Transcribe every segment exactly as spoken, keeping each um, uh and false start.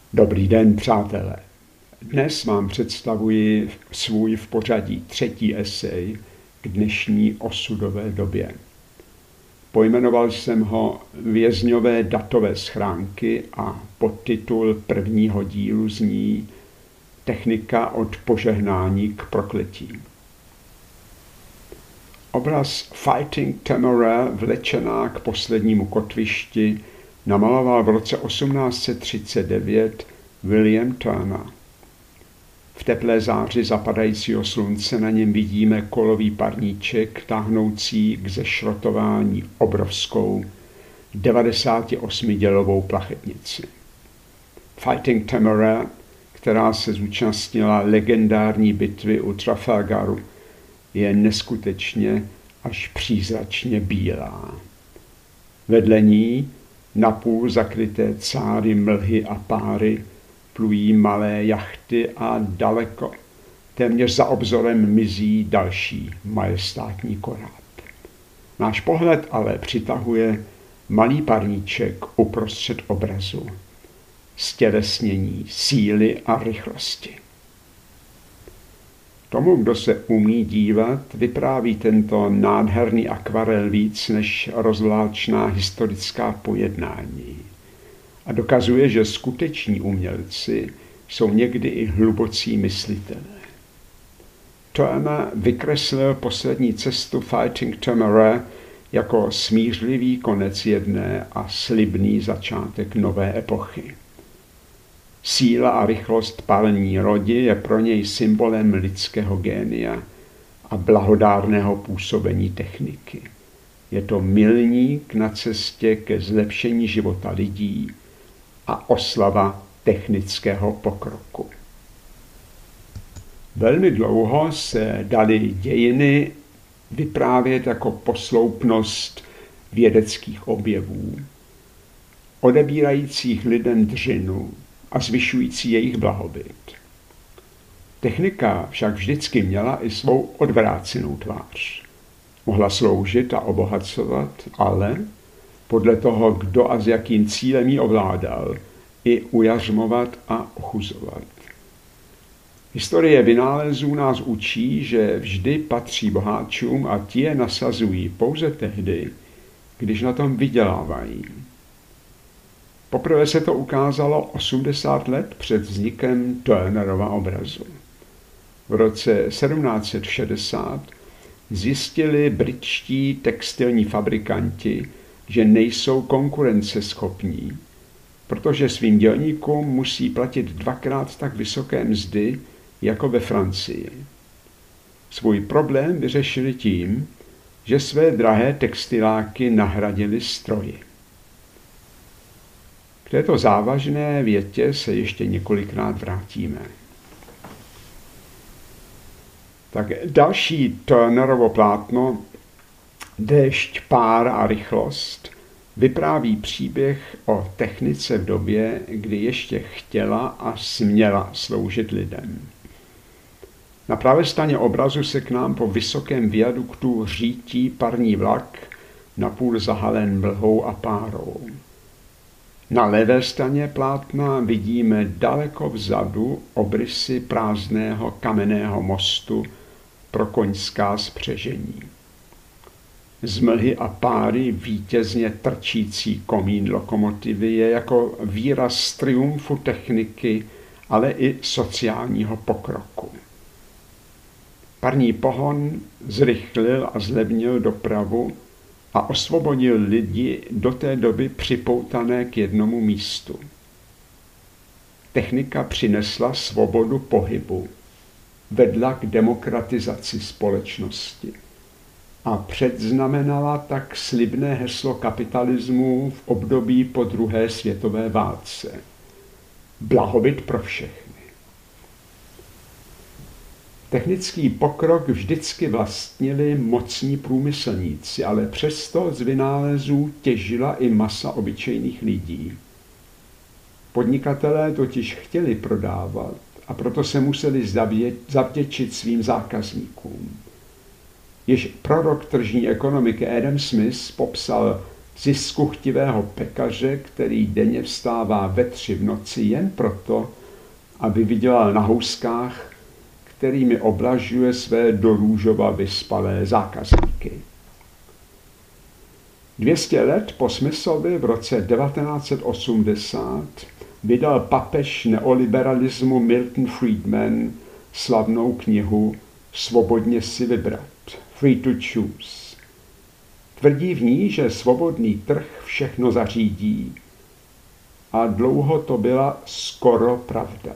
Dobrý den, přátelé. Dnes vám představuji svůj v pořadí třetí esej k dnešní osudové době. Pojmenoval jsem ho Vězňové datové schránky a podtitul prvního dílu zní Technika od požehnání k prokletí. Obraz Fighting Temeraire vlečená k poslednímu kotvišti namaloval v roce osmnáct set třicet devět William Turner. V teplé záři zapadajícího slunce na něm vidíme kolový parníček táhnoucí k zešrotování obrovskou devadesátiosmidělovou plachetnici. Fighting Temeraire, která se zúčastnila legendární bitvy u Trafalgaru, je neskutečně až přízračně bílá. Vedle ní, napůl zakryté cáry mlhy a páry, plují malé jachty a daleko, téměř za obzorem mizí další majestátní korát. Náš pohled ale přitahuje malý parníček uprostřed obrazu, stělesnění síly a rychlosti. Tomu, kdo se umí dívat, vypráví tento nádherný akvarel víc než rozvláčná historická pojednání a dokazuje, že skuteční umělci jsou někdy i hlubocí myslitelé. Turner vykreslil poslední cestu Fighting Temeraire jako smířlivý konec jedné a slibný začátek nové epochy. Síla a rychlost parní rodi je pro něj symbolem lidského génia a blahodárného působení techniky. Je to milník na cestě ke zlepšení života lidí a oslava technického pokroku. Velmi dlouho se daly dějiny vyprávět jako posloupnost vědeckých objevů, odebírajících lidem dřinu a zvyšující jejich blahobyt. Technika však vždycky měla i svou odvrácenou tvář. Mohla sloužit a obohacovat, ale podle toho, kdo a s jakým cílem ji ovládal, i ujařmovat a ochuzovat. Historie vynálezů nás učí, že vždy patří boháčům a ti je nasazují pouze tehdy, když na tom vydělávají. Poprvé se to ukázalo osmdesát let před vznikem Turnerova obrazu. V roce sedmnáct set šedesát zjistili britští textilní fabrikanti, že nejsou konkurenceschopní, protože svým dělníkům musí platit dvakrát tak vysoké mzdy jako ve Francii. Svůj problém vyřešili tím, že své drahé textiláky nahradili stroji. K této závažné větě se ještě několikrát vrátíme. Tak další Turnerovo plátno Déšť, pár a rychlost vypráví příběh o technice v době, kdy ještě chtěla a směla sloužit lidem. Na pravé straně obrazu se k nám po vysokém viaduktu řítí parní vlak, napůl zahalen mlhou a párou. Na levé straně plátna vidíme daleko vzadu obrysy prázdného kamenného mostu pro koňská spřežení. Z mlhy a páry vítězně trčící komín lokomotivy je jako výraz triumfu techniky, ale i sociálního pokroku. Parní pohon zrychlil a zlevnil dopravu a osvobodil lidi do té doby připoutané k jednomu místu. Technika přinesla svobodu pohybu, vedla k demokratizaci společnosti a předznamenala tak slibné heslo kapitalismu v období po druhé světové válce. Blahobyt pro všechny. Technický pokrok vždycky vlastnili mocní průmyslníci, ale přesto z vynálezů těžila i masa obyčejných lidí. Podnikatelé totiž chtěli prodávat a proto se museli zavděčit svým zákazníkům. Již prorok tržní ekonomiky Adam Smith popsal ziskuchtivého pekaře, který denně vstává ve tři v noci jen proto, aby vydělal na houskách, kterými oblažuje své do růžova vyspalé zákazníky. Dvě stě let po Smithovi v roce devatenáct set osmdesát vydal papež neoliberalismu Milton Friedman slavnou knihu Svobodně si vybrat, Free to Choose. Tvrdí v ní, že svobodný trh všechno zařídí. A dlouho to byla skoro pravda.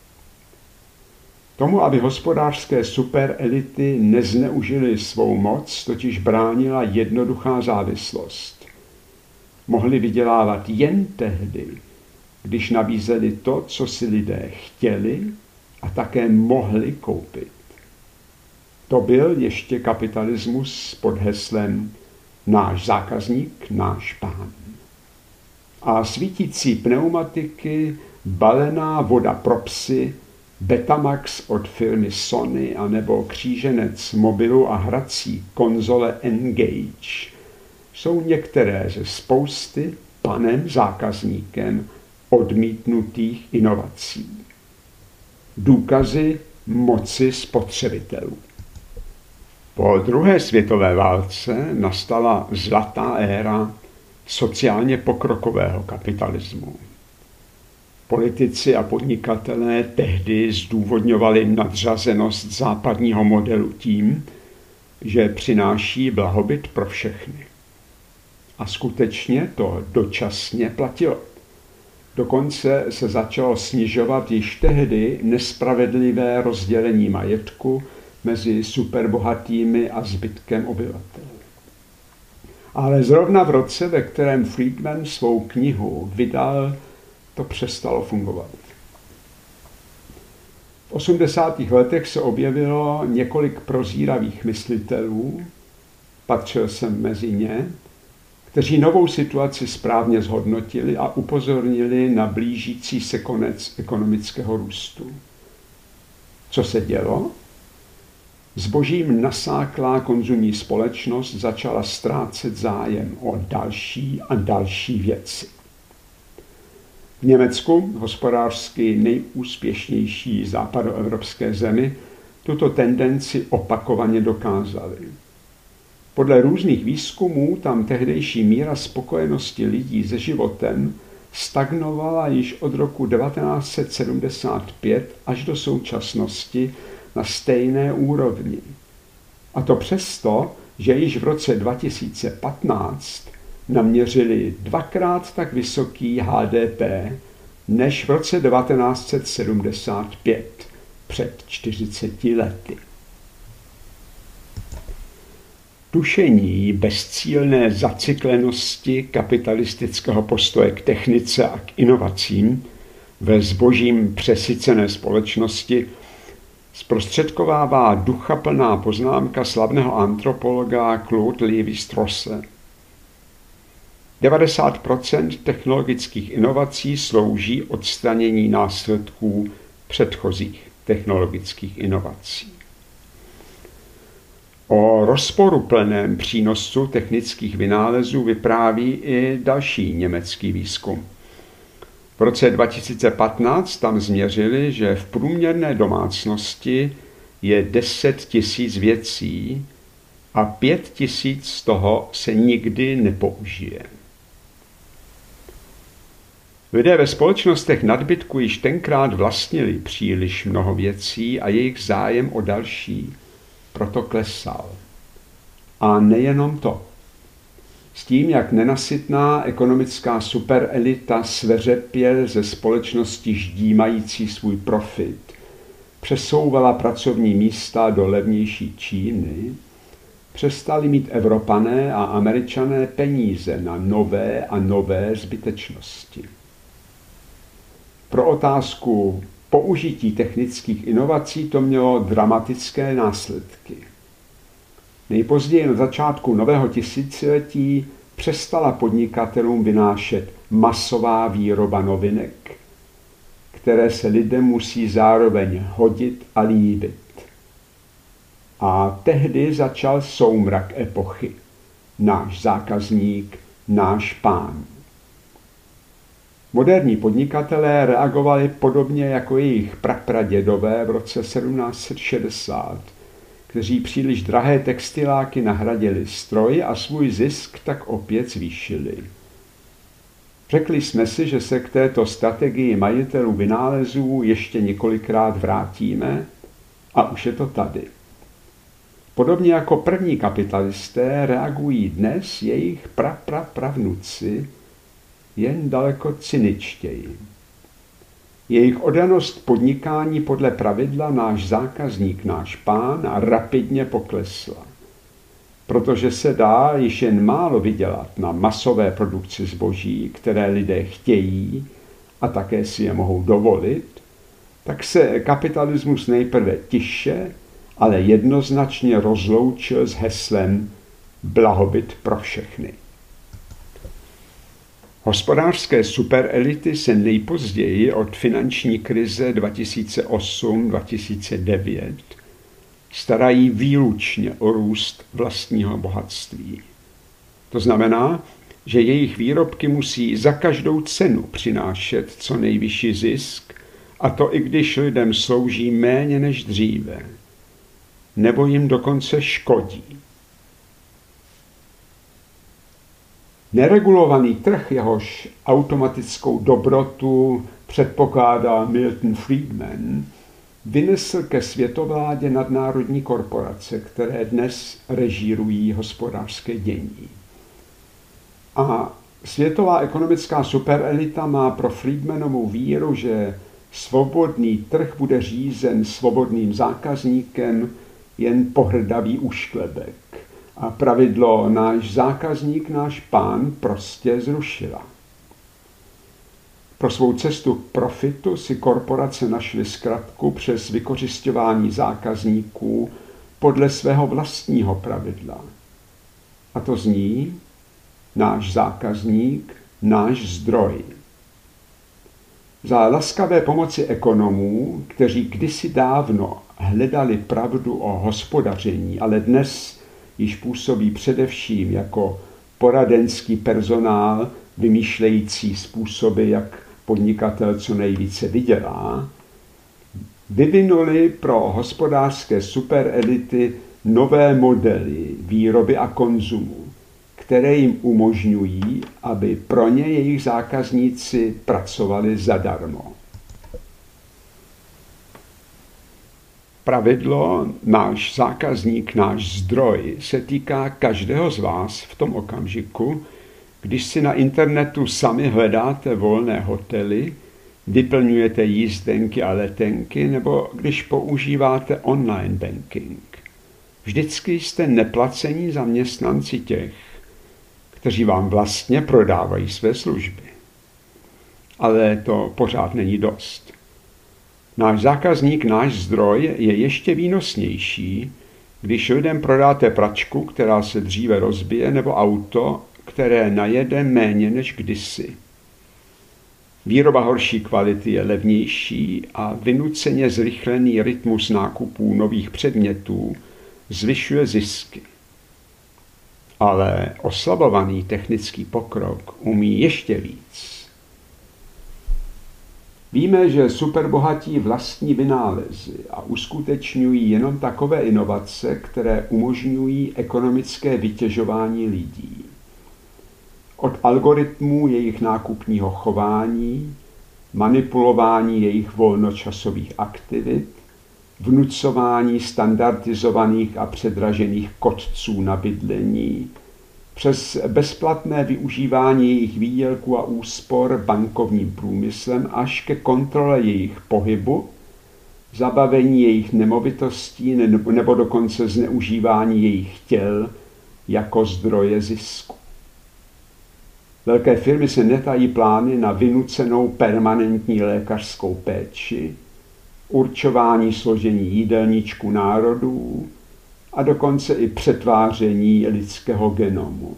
Tomu, aby hospodářské superelity nezneužily svou moc, totiž bránila jednoduchá závislost. Mohli vydělávat jen tehdy, když nabízeli to, co si lidé chtěli a také mohli koupit. To byl ještě kapitalismus pod heslem náš zákazník, náš pán. A svítící pneumatiky, balená voda pro psy, Betamax od firmy Sony anebo kříženec mobilu a hrací konzole Engage jsou některé ze spousty panem zákazníkem odmítnutých inovací. Důkazy moci spotřebitelů. Po druhé světové válce nastala zlatá éra sociálně pokrokového kapitalismu. Politici a podnikatelé tehdy zdůvodňovali nadřazenost západního modelu tím, že přináší blahobyt pro všechny. A skutečně to dočasně platilo. Dokonce se začalo snižovat již tehdy nespravedlivé rozdělení majetku mezi superbohatými a zbytkem obyvatel. Ale zrovna v roce, ve kterém Friedman svou knihu vydal, to přestalo fungovat. V osmdesátých letech se objevilo několik prozíravých myslitelů, patřil jsem mezi ně, kteří novou situaci správně zhodnotili a upozornili na blížící se konec ekonomického růstu. Co se dělo? Zbožím nasáklá konzumní společnost začala ztrácet zájem o další a další věci. V Německu, hospodářsky nejúspěšnější západoevropské zemi, tuto tendenci opakovaně dokázali. Podle různých výzkumů tam tehdejší míra spokojenosti lidí se životem stagnovala již od roku devatenáct set sedmdesát pět až do současnosti na stejné úrovni. A to přesto, že již v roce dva tisíce patnáct naměřili dvakrát tak vysoký H D P než v roce devatenáct set sedmdesát pět, před čtyřiceti lety. Tušení bezcílné zacyklenosti kapitalistického postoje k technice a k inovacím ve zbožím přesycené společnosti zprostředkovává duchaplná poznámka slavného antropologa Claude Lévi-Strausse. devadesát procent technologických inovací slouží odstranění následků předchozích technologických inovací. O rozporuplném přínosu technických vynálezů vypráví i další německý výzkum. V roce dva tisíce patnáct tam změřili, že v průměrné domácnosti je deset tisíc věcí a pět tisíc z toho se nikdy nepoužije. Lidé ve společnostech nadbytku již tenkrát vlastnili příliš mnoho věcí a jejich zájem o další proto klesal. A nejenom to. S tím, jak nenasytná ekonomická superelita sveřepě ze společnosti ždímající svůj profit přesouvala pracovní místa do levnější Číny, přestali mít Evropané a Američané peníze na nové a nové zbytečnosti. Pro otázku použití technických inovací to mělo dramatické následky. Nejpozději na začátku nového tisíciletí přestala podnikatelům vynášet masová výroba novinek, které se lidem musí zároveň hodit a líbit. A tehdy začal soumrak epochy. Náš zákazník, náš pán. Moderní podnikatelé reagovali podobně jako jejich prapradědové v roce sedmnáct set šedesát, kteří příliš drahé textiláky nahradili stroji a svůj zisk tak opět zvýšili. Řekli jsme si, že se k této strategii majitelů vynálezů ještě několikrát vrátíme a už je to tady. Podobně jako první kapitalisté reagují dnes jejich praprapravnuci, jen daleko cyničtěji. Jejich oddanost podnikání podle pravidla náš zákazník, náš pán rapidně poklesla. Protože se dá již jen málo vydělat na masové produkci zboží, které lidé chtějí a také si je mohou dovolit, tak se kapitalismus nejprve tiše, ale jednoznačně rozloučil s heslem blahobyt pro všechny. Hospodářské superelity se nejpozději od finanční krize dva tisíce osm dva tisíce devět starají výlučně o růst vlastního bohatství. To znamená, že jejich výrobky musí za každou cenu přinášet co nejvyšší zisk, a to i když lidem slouží méně než dříve, nebo jim dokonce škodí. Neregulovaný trh, jehož automatickou dobrotu předpokládá Milton Friedman, vynesl ke světovládě nadnárodní korporace, které dnes režírují hospodářské dění. A světová ekonomická superelita má pro Friedmanovu víru, že svobodný trh bude řízen svobodným zákazníkem, jen pohrdavý ušklebek. A pravidlo náš zákazník, náš pán prostě zrušila. Pro svou cestu k profitu si korporace našly zkratku přes vykořisťování zákazníků podle svého vlastního pravidla. A to zní náš zákazník, náš zdroj. Za laskavé pomoci ekonomů, kteří kdysi dávno hledali pravdu o hospodaření, ale dnes již působí především jako poradenský personál, vymýšlející způsoby, jak podnikatel co nejvíce vydělá, vyvinuli pro hospodářské superelity nové modely výroby a konzumu, které jim umožňují, aby pro ně jejich zákazníci pracovali zadarmo. Pravidlo náš zákazník, náš zdroj se týká každého z vás v tom okamžiku, když si na internetu sami hledáte volné hotely, vyplňujete jízdenky a letenky, nebo když používáte online banking. Vždycky jste neplacení zaměstnanci těch, kteří vám vlastně prodávají své služby. Ale to pořád není dost. Náš zákazník, náš zdroj je ještě výnosnější, když lidem prodáte pračku, která se dříve rozbije, nebo auto, které najede méně než kdysi. Výroba horší kvality je levnější a vynuceně zrychlený rytmus nákupů nových předmětů zvyšuje zisky. Ale oslabovaný technický pokrok umí ještě víc. Víme, že superbohatí vlastní vynálezy a uskutečňují jenom takové inovace, které umožňují ekonomické vytěžování lidí. Od algoritmů jejich nákupního chování, manipulování jejich volnočasových aktivit, vnucování standardizovaných a předražených kotců na bydlení, přes bezplatné využívání jejich výdělků a úspor bankovním průmyslem až ke kontrole jejich pohybu, zabavení jejich nemovitostí nebo dokonce zneužívání jejich těl jako zdroje zisku. Velké firmy se netají plány na vynucenou permanentní lékařskou péči, určování složení jídelníčku národů a dokonce i přetváření lidského genomu.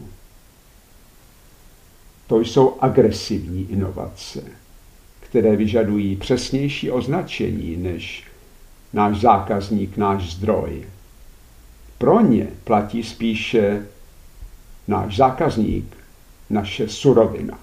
To jsou agresivní inovace, které vyžadují přesnější označení než náš zákazník, náš zdroj. Pro ně platí spíše náš zákazník, naše surovina.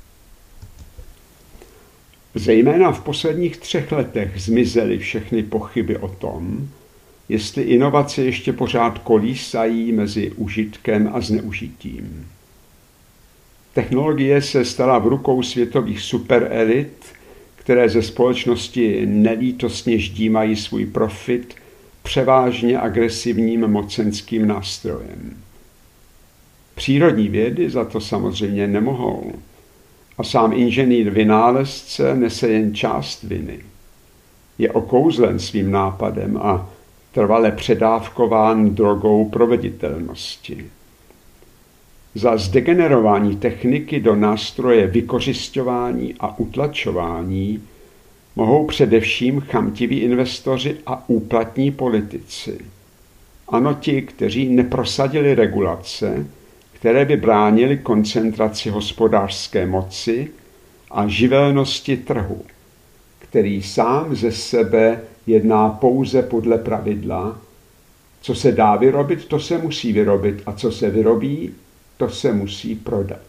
Zejména v posledních třech letech zmizely všechny pochyby o tom, jestli inovace ještě pořád kolísají mezi užitkem a zneužitím. Technologie se stala v rukou světových superelit, které ze společnosti nelítostně ždímají svůj profit převážně agresivním mocenským nástrojem. Přírodní vědy za to samozřejmě nemohou. A sám inženýr vynálezce nese jen část viny. Je okouzlen svým nápadem a trvale předávkován drogou proveditelnosti. Za zdegenerování techniky do nástroje vykořisťování a utlačování mohou především chamtiví investoři a úplatní politici. Ano, ti, kteří neprosadili regulace, které by bránily koncentraci hospodářské moci a živelnosti trhu, který sám ze sebe jedná pouze podle pravidla, co se dá vyrobit, to se musí vyrobit a co se vyrobí, to se musí prodat.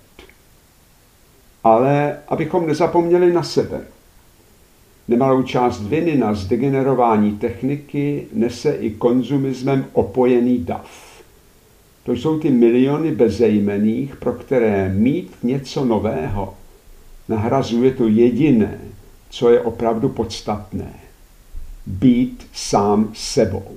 Ale abychom nezapomněli na sebe, nemalou část viny na zdegenerování techniky nese i konzumismem opojený dav. To jsou ty miliony bezejmenných, pro které mít něco nového nahrazuje to jediné, co je opravdu podstatné. Být sám sebou.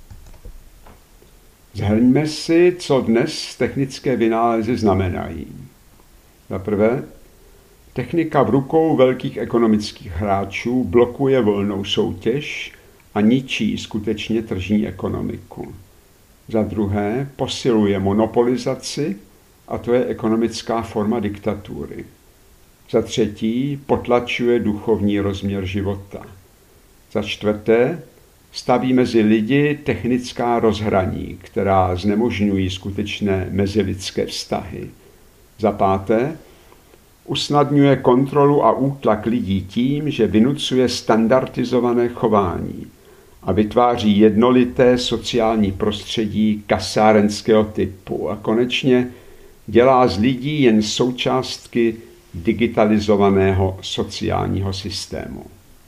Zhrňme si, co dnes technické vynálezy znamenají. Za prvé, technika v rukou velkých ekonomických hráčů blokuje volnou soutěž a ničí skutečně tržní ekonomiku. Za druhé, posiluje monopolizaci, a to je ekonomická forma diktatury. Za třetí, potlačuje duchovní rozměr života. Za čtvrté, staví mezi lidi technická rozhraní, která znemožňují skutečné mezilidské vztahy. Za páté, usnadňuje kontrolu a útlak lidí tím, že vynucuje standardizované chování a vytváří jednolité sociální prostředí kasárenského typu a konečně dělá z lidí jen součástky digitalizovaného sociálního systému.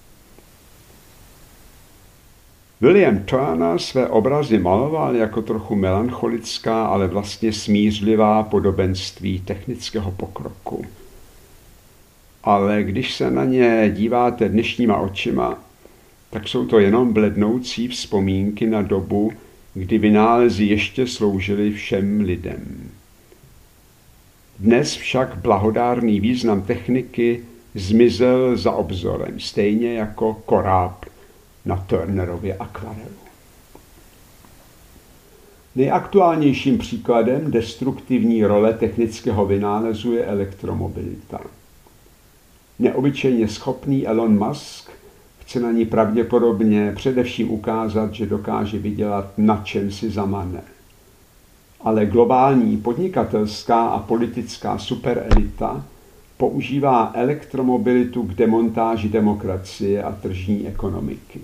William Turner své obrazy maloval jako trochu melancholická, ale vlastně smířlivá podobenství technického pokroku. Ale když se na ně díváte dnešníma očima, tak jsou to jenom blednoucí vzpomínky na dobu, kdy vynálezy ještě sloužily všem lidem. Dnes však blahodárný význam techniky zmizel za obzorem, stejně jako koráb na Turnerově akvarelu. Nejaktuálnějším příkladem destruktivní role technického vynálezu je elektromobilita. Neobyčejně schopný Elon Musk chce na ní pravděpodobně především ukázat, že dokáže vydělat na čem si zamane. Ale globální podnikatelská a politická superelita používá elektromobilitu k demontáži demokracie a tržní ekonomiky.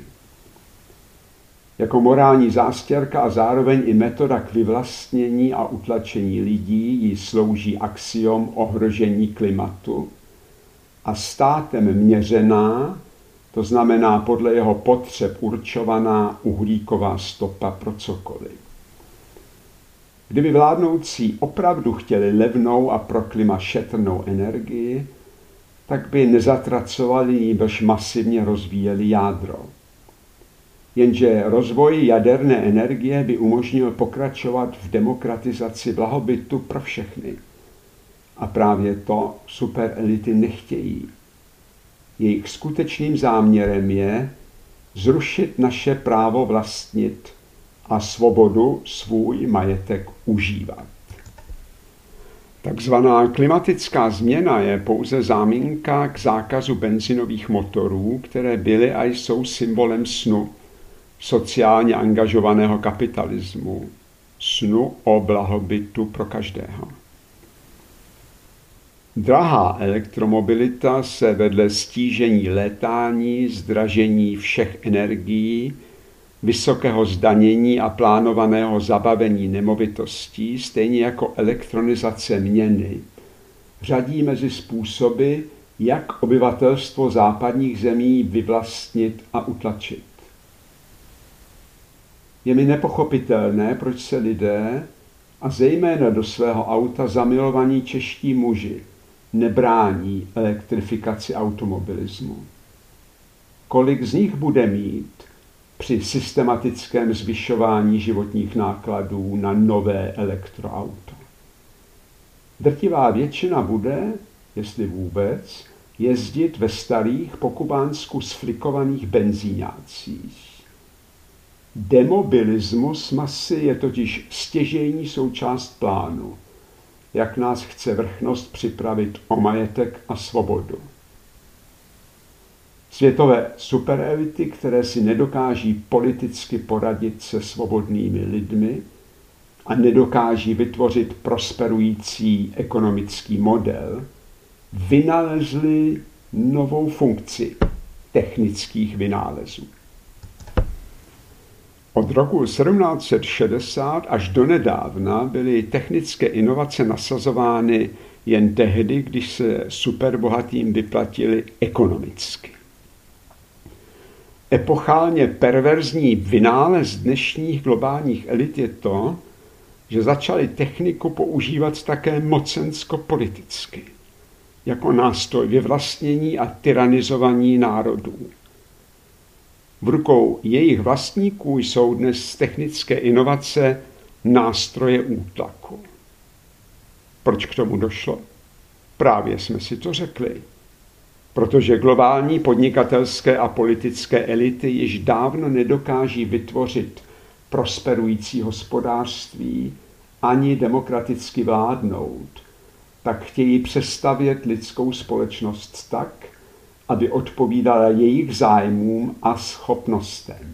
Jako morální zástěrka a zároveň i metoda k vyvlastnění a utlačení lidí jí slouží axiom ohrožení klimatu a státem měřená, to znamená podle jeho potřeb určovaná uhlíková stopa pro cokoliv. Kdyby vládnoucí opravdu chtěli levnou a pro klima šetrnou energii, tak by nezatracovali, nýbrž masivně rozvíjeli jádro. Jenže rozvoj jaderné energie by umožnil pokračovat v demokratizaci blahobytu pro všechny. A právě to superelity nechtějí. Jejich skutečným záměrem je zrušit naše právo vlastnit a svobodu svůj majetek užívat. Takzvaná klimatická změna je pouze záminka k zákazu benzinových motorů, které byly a jsou symbolem snu sociálně angažovaného kapitalismu, snu o blahobytu pro každého. Drahá elektromobilita se vedle stížení létání, zdražení všech energií, vysokého zdanění a plánovaného zabavení nemovitostí, stejně jako elektronizace měny řadí mezi způsoby, jak obyvatelstvo západních zemí vyvlastnit a utlačit. Je mi nepochopitelné, proč se lidé, a zejména do svého auta zamilovaní čeští muži, nebrání elektrifikaci automobilismu. Kolik z nich bude mít při systematickém zvyšování životních nákladů na nové elektroauto? Drtivá většina bude, jestli vůbec, jezdit ve starých po kubánsku sflikovaných benzíňácích. Demobilismus masy je totiž stěžejní součást plánu, jak nás chce vrchnost připravit o majetek a svobodu. Světové superelity, které si nedokáží politicky poradit se svobodnými lidmi a nedokáží vytvořit prosperující ekonomický model, vynalezly novou funkci technických vynálezů. Od roku sedmnáct set šedesát až do nedávna byly technické inovace nasazovány jen tehdy, když se superbohatým vyplatily ekonomicky. Epochálně perverzní vynález dnešních globálních elit je to, že začali techniku používat také mocensko-politicky, jako nástroj vyvlastnění a tyranizování národů. V rukou jejich vlastníků jsou dnes technické inovace nástroje útlaku. Proč k tomu došlo? Právě jsme si to řekli. Protože globální podnikatelské a politické elity již dávno nedokáží vytvořit prosperující hospodářství ani demokraticky vládnout, tak chtějí přestavět lidskou společnost tak, aby odpovídala jejich zájmům a schopnostem.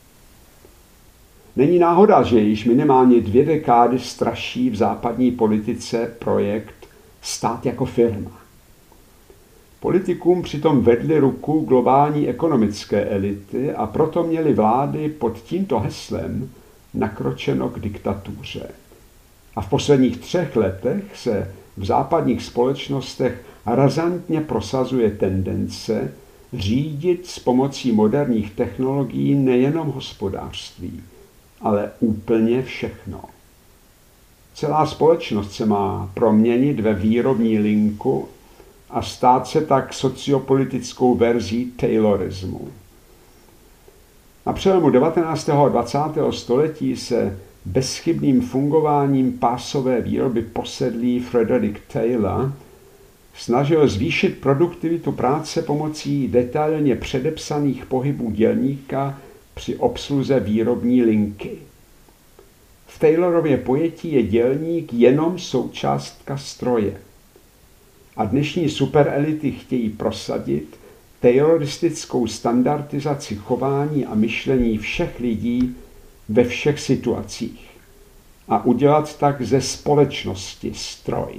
Není náhoda, že již minimálně dvě dekády straší v západní politice projekt stát jako firma. Politikům přitom vedly ruku globální ekonomické elity a proto měly vlády pod tímto heslem nakročeno k diktatuře. A v posledních třech letech se v západních společnostech razantně prosazuje tendence řídit s pomocí moderních technologií nejenom hospodářství, ale úplně všechno. Celá společnost se má proměnit ve výrobní linku a stát se tak sociopolitickou verzí taylorismu. Na přelomu devatenáctého a dvacátého století se bezchybným fungováním pásové výroby posedlý Frederick Taylor snažil zvýšit produktivitu práce pomocí detailně předepsaných pohybů dělníka při obsluze výrobní linky. V Taylorově pojetí je dělník jenom součástka stroje. A dnešní superelity chtějí prosadit tayloristickou standardizaci chování a myšlení všech lidí ve všech situacích a udělat tak ze společnosti stroj.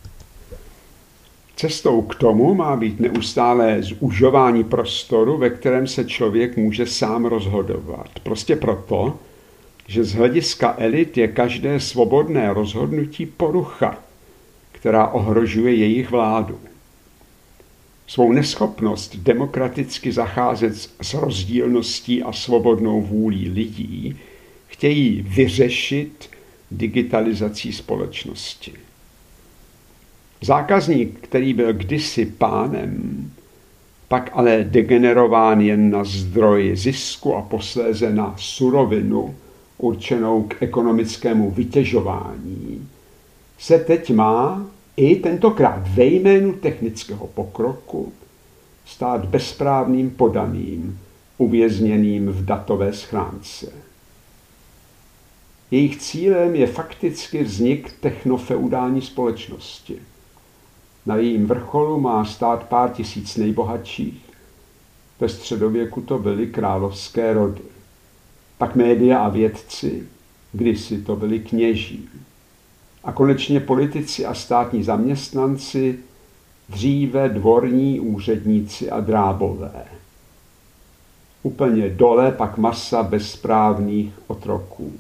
Cestou k tomu má být neustálé zužování prostoru, ve kterém se člověk může sám rozhodovat. Prostě proto, že z hlediska elit je každé svobodné rozhodnutí porucha, která ohrožuje jejich vládu. Svou neschopnost demokraticky zacházet s rozdílností a svobodnou vůlí lidí chtějí vyřešit digitalizací společnosti. Zákazník, který byl kdysi pánem, pak ale degenerován jen na zdroj zisku a posléze na surovinu určenou k ekonomickému vytěžování, se teď má i tentokrát ve jménu technického pokroku stát bezprávným podaným, uvězněným v datové schránce. Jejich cílem je fakticky vznik technofeudální společnosti. Na jejím vrcholu má stát pár tisíc nejbohatších. Ve středověku to byly královské rody. Pak média a vědci, kdysi to byli kněží. A konečně politici a státní zaměstnanci, dříve dvorní úředníci a drábové. Úplně dole pak masa bezprávných otroků,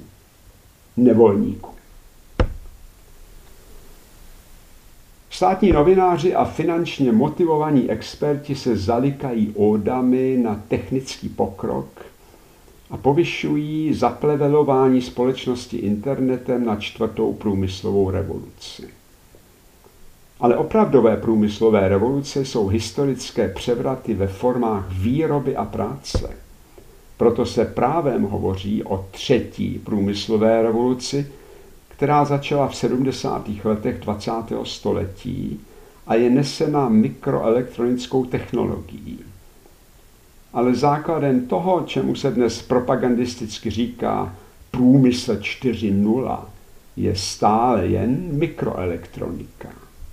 Státní novináři a finančně motivovaní experti se zalikají ódami na technický pokrok a povyšují zaplevelování společnosti internetem na čtvrtou průmyslovou revoluci. Ale opravdové průmyslové revoluce jsou historické převraty ve formách výroby a práce. Proto se právem hovoří o třetí průmyslové revoluci, která začala v sedmdesátých letech dvacátého století a je nesena mikroelektronickou technologií. Ale základem toho, čemu se dnes propagandisticky říká průmysl čtyři tečka nula, je stále jen mikroelektronika.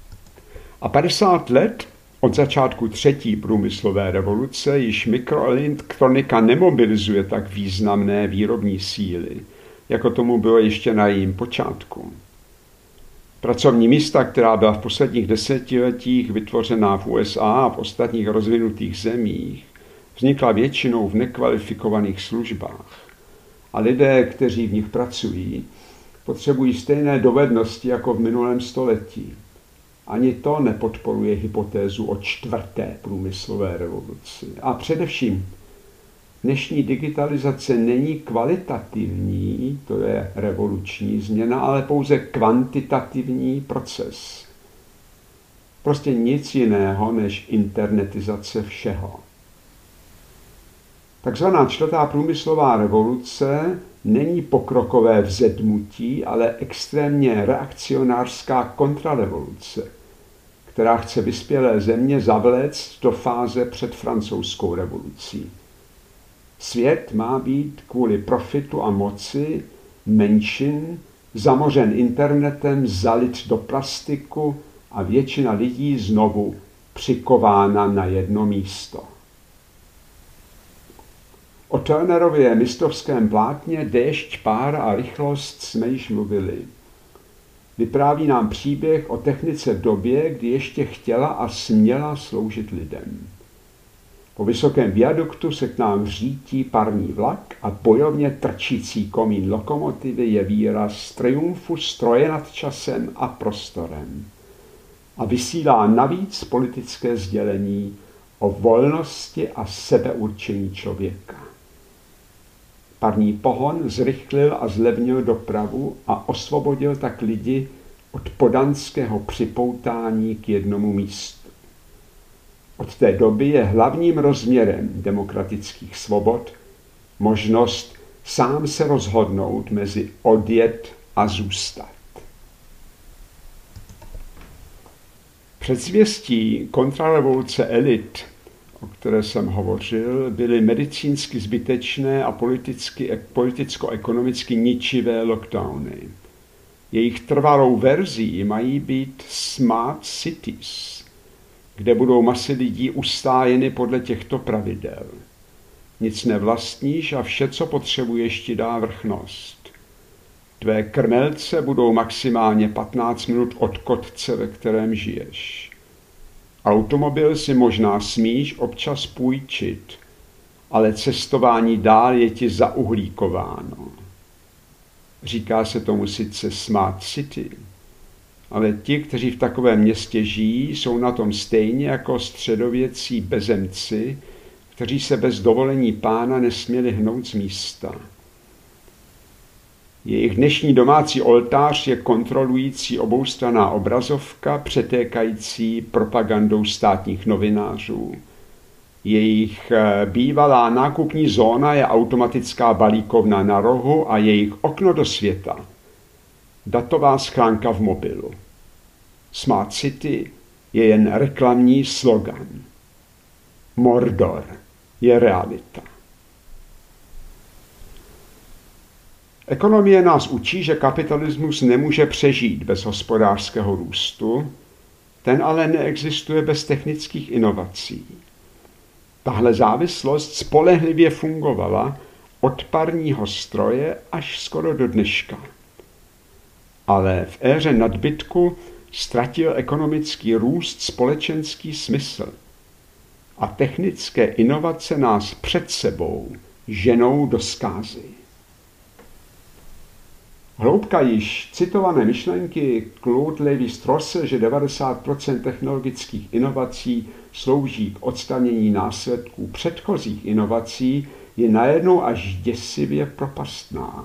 A padesát let od začátku třetí průmyslové revoluce již mikroelektronika nemobilizuje tak významné výrobní síly, jako tomu bylo ještě na jejím počátku. Pracovní místa, která byla v posledních desetiletích vytvořená v U S A a v ostatních rozvinutých zemích, vznikla většinou v nekvalifikovaných službách. A lidé, kteří v nich pracují, potřebují stejné dovednosti jako v minulém století. Ani to nepodporuje hypotézu o čtvrté průmyslové revoluci. A především dnešní digitalizace není kvalitativní, to je revoluční změna, ale pouze kvantitativní proces. Prostě nic jiného než internetizace všeho. Takzvaná čtvrtá průmyslová revoluce není pokrokové vzedmutí, ale extrémně reakcionářská kontrarevoluce, která chce vyspělé země zavléct do fáze před francouzskou revolucí. Svět má být kvůli profitu a moci menšin zamořen internetem, zalit do plastiku a většina lidí znovu přikována na jedno místo. O Turnerově mistrovském plátně Déšť, pára a rychlost jsme již mluvili. Vypráví nám příběh o technice v době, kdy ještě chtěla a směla sloužit lidem. Po vysokém viaduktu se k nám řítí parní vlak a bojovně trčící komín lokomotivy je výraz triumfu stroje nad časem a prostorem. A vysílá navíc politické sdělení o volnosti a sebeurčení člověka. Parní pohon zrychlil a zlevnil dopravu a osvobodil tak lidi od podanského připoutání k jednomu místu. Od té doby je hlavním rozměrem demokratických svobod možnost sám se rozhodnout mezi odjet a zůstat. Předzvěstí kontrarevoluce elit, o které jsem hovořil, byly medicínsky zbytečné a politicky, politicko-ekonomicky ničivé lockdowny. Jejich trvalou verzí mají být smart cities, kde budou masy lidí ustájeny podle těchto pravidel. Nic nevlastníš a vše, co potřebuješ, ti dá vrchnost. Tvé krmelce budou maximálně patnáct minut od kotce, ve kterém žiješ. Automobil si možná smíš občas půjčit, ale cestování dál je ti zauhlíkováno. Říká se tomu sice Smart City, ale ti, kteří v takovém městě žijí, jsou na tom stejně jako středověcí bezemci, kteří se bez dovolení pána nesměli hnout z místa. Jejich dnešní domácí oltář je kontrolující oboustranná obrazovka, přetékající propagandou státních novinářů. Jejich bývalá nákupní zóna je automatická balíkovna na rohu a jejich okno do světa datová schránka v mobilu. Smart City je jen reklamní slogan. Mordor je realita. Ekonomie nás učí, že kapitalismus nemůže přežít bez hospodářského růstu, ten ale neexistuje bez technických inovací. Tahle závislost spolehlivě fungovala od parního stroje až skoro do dneška. Ale v éře nadbytku ztratil ekonomický růst společenský smysl a technické inovace nás před sebou ženou do zkázy. Hloubka již citované myšlenky Claude Lévi-Strausse, že devadesát procent technologických inovací slouží k odstranění následků předchozích inovací, je najednou až děsivě propastná.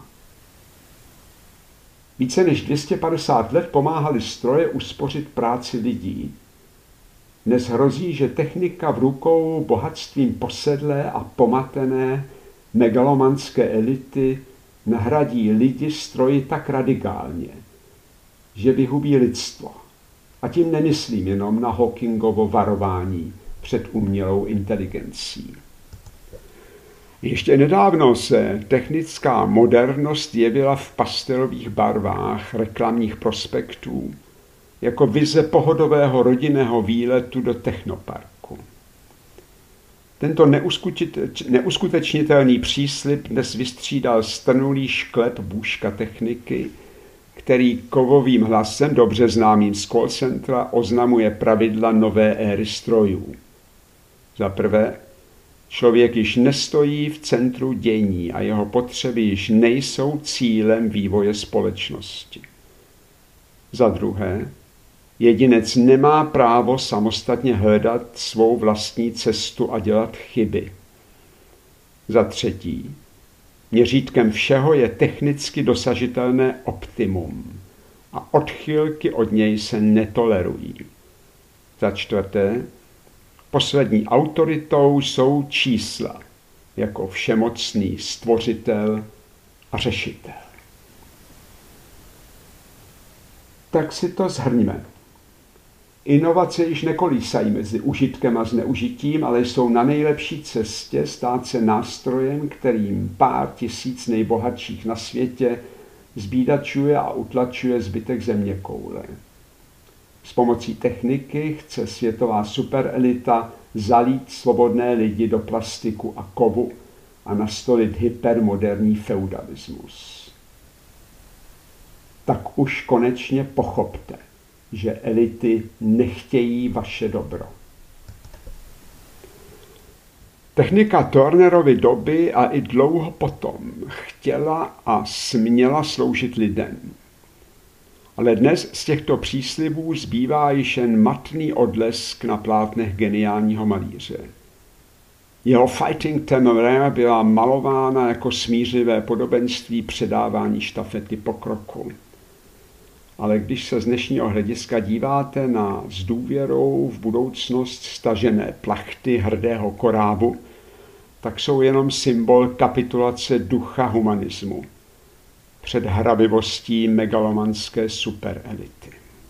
Více než dvě stě padesát let pomáhaly stroje uspořit práci lidí. Dnes hrozí, že technika v rukou bohatstvím posedlé a pomatené megalomanské elity nahradí lidi stroji tak radikálně, že vyhubí lidstvo. A tím nemyslím jenom na Hawkingovo varování před umělou inteligencí. Ještě nedávno se technická modernost jevila v pastelových barvách reklamních prospektů jako vize pohodového rodinného výletu do technoparku. Tento neuskutečnitelný příslib dnes vystřídal strnulý šklep bůžka techniky, který kovovým hlasem, dobře známým z call centra, oznamuje pravidla nové éry strojů. Za prvé, člověk již nestojí v centru dění a jeho potřeby již nejsou cílem vývoje společnosti. Za druhé, jedinec nemá právo samostatně hledat svou vlastní cestu a dělat chyby. Za třetí, měřítkem všeho je technicky dosažitelné optimum a odchylky od něj se netolerují. Za čtvrté, poslední autoritou jsou čísla, jako všemocný stvořitel a řešitel. Tak si to shrňme. Inovace již nekolísají mezi užitkem a zneužitím, ale jsou na nejlepší cestě stát se nástrojem, kterým pár tisíc nejbohatších na světě zbídačuje a utlačuje zbytek zeměkoule. S pomocí techniky chce světová superelita zalít svobodné lidi do plastiku a kovu a nastolit hypermoderní feudalismus. Tak už konečně pochopte, že elity nechtějí vaše dobro. Technika Turnerovy doby a i dlouho potom chtěla a směla sloužit lidem. Ale dnes z těchto příslibů zbývá již jen matný odlesk na plátnech geniálního malíře. Jeho Fighting Téméraire byla malována jako smířlivé podobenství předávání štafety pokroku. Ale když se z dnešního hlediska díváte na s důvěrou v budoucnost stažené plachty hrdého korábu, tak jsou jenom symbol kapitulace ducha humanismu před hrabivostí megalomanské superelity.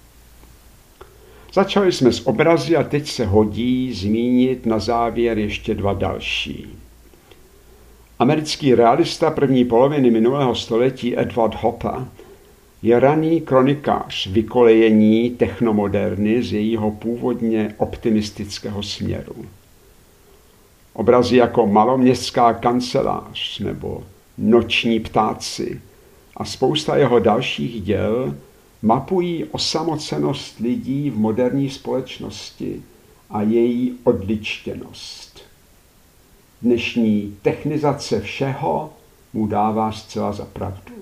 Začali jsme s obrazy a teď se hodí zmínit na závěr ještě dva další. Americký realista první poloviny minulého století Edward Hopper je raný kronikář vykolejení technomoderny z jejího původně optimistického směru. Obrazy jako Maloměstská kancelář nebo Noční ptáci a spousta jeho dalších děl mapují osamocenost lidí v moderní společnosti a její odličtěnost. Dnešní technizace všeho mu dává zcela za pravdu.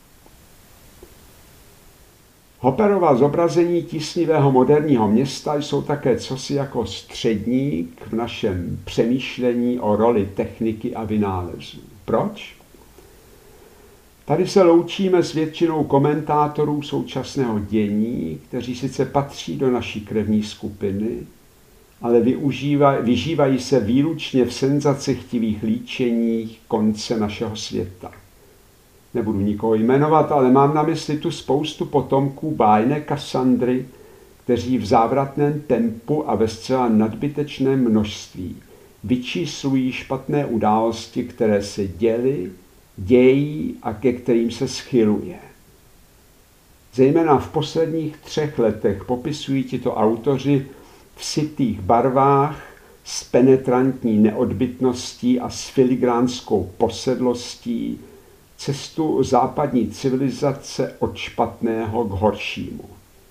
Hopperova zobrazení tísnivého moderního města jsou také cosi jako středník v našem přemýšlení o roli techniky a vynálezů. Proč? Tady se loučíme s většinou komentátorů současného dění, kteří sice patří do naší krevní skupiny, ale využívaj, vyžívají se výlučně v senzacechtivých líčeních konce našeho světa. Nebudu nikoho jmenovat, ale mám na mysli tu spoustu potomků bájné Kassandry, kteří v závratném tempu a ve zcela nadbytečném množství vyčíslují špatné události, které se děly, dějí a ke kterým se schyluje. Zejména v posledních třech letech popisují tito autoři v sytých barvách s penetrantní neodbytností a s filigránskou posedlostí cestu západní civilizace od špatného k horšímu.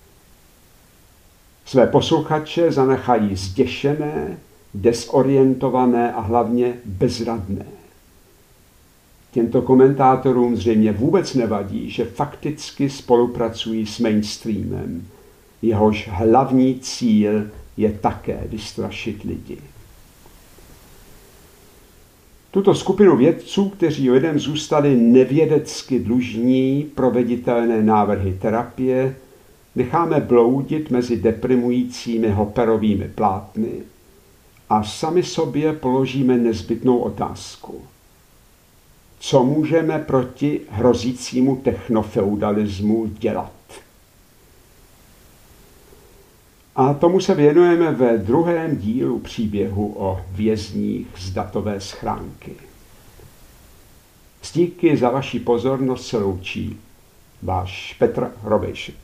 Své posluchače zanechají zděšené, desorientované a hlavně bezradné. Těmto komentátorům zřejmě vůbec nevadí, že fakticky spolupracují s mainstreamem. Jehož hlavní cíl je také vystrašit lidi. Tuto skupinu vědců, kteří lidem zůstali nevědecky dlužní proveditelné návrhy terapie, necháme bloudit mezi deprimujícími Hopperovými plátny a sami sobě položíme nezbytnou otázku. Co můžeme proti hrozícímu technofeudalismu dělat? A tomu se věnujeme ve druhém dílu příběhu o vězních z datové schránky. S díky za vaši pozornost se loučí váš Petr Hrobejšek.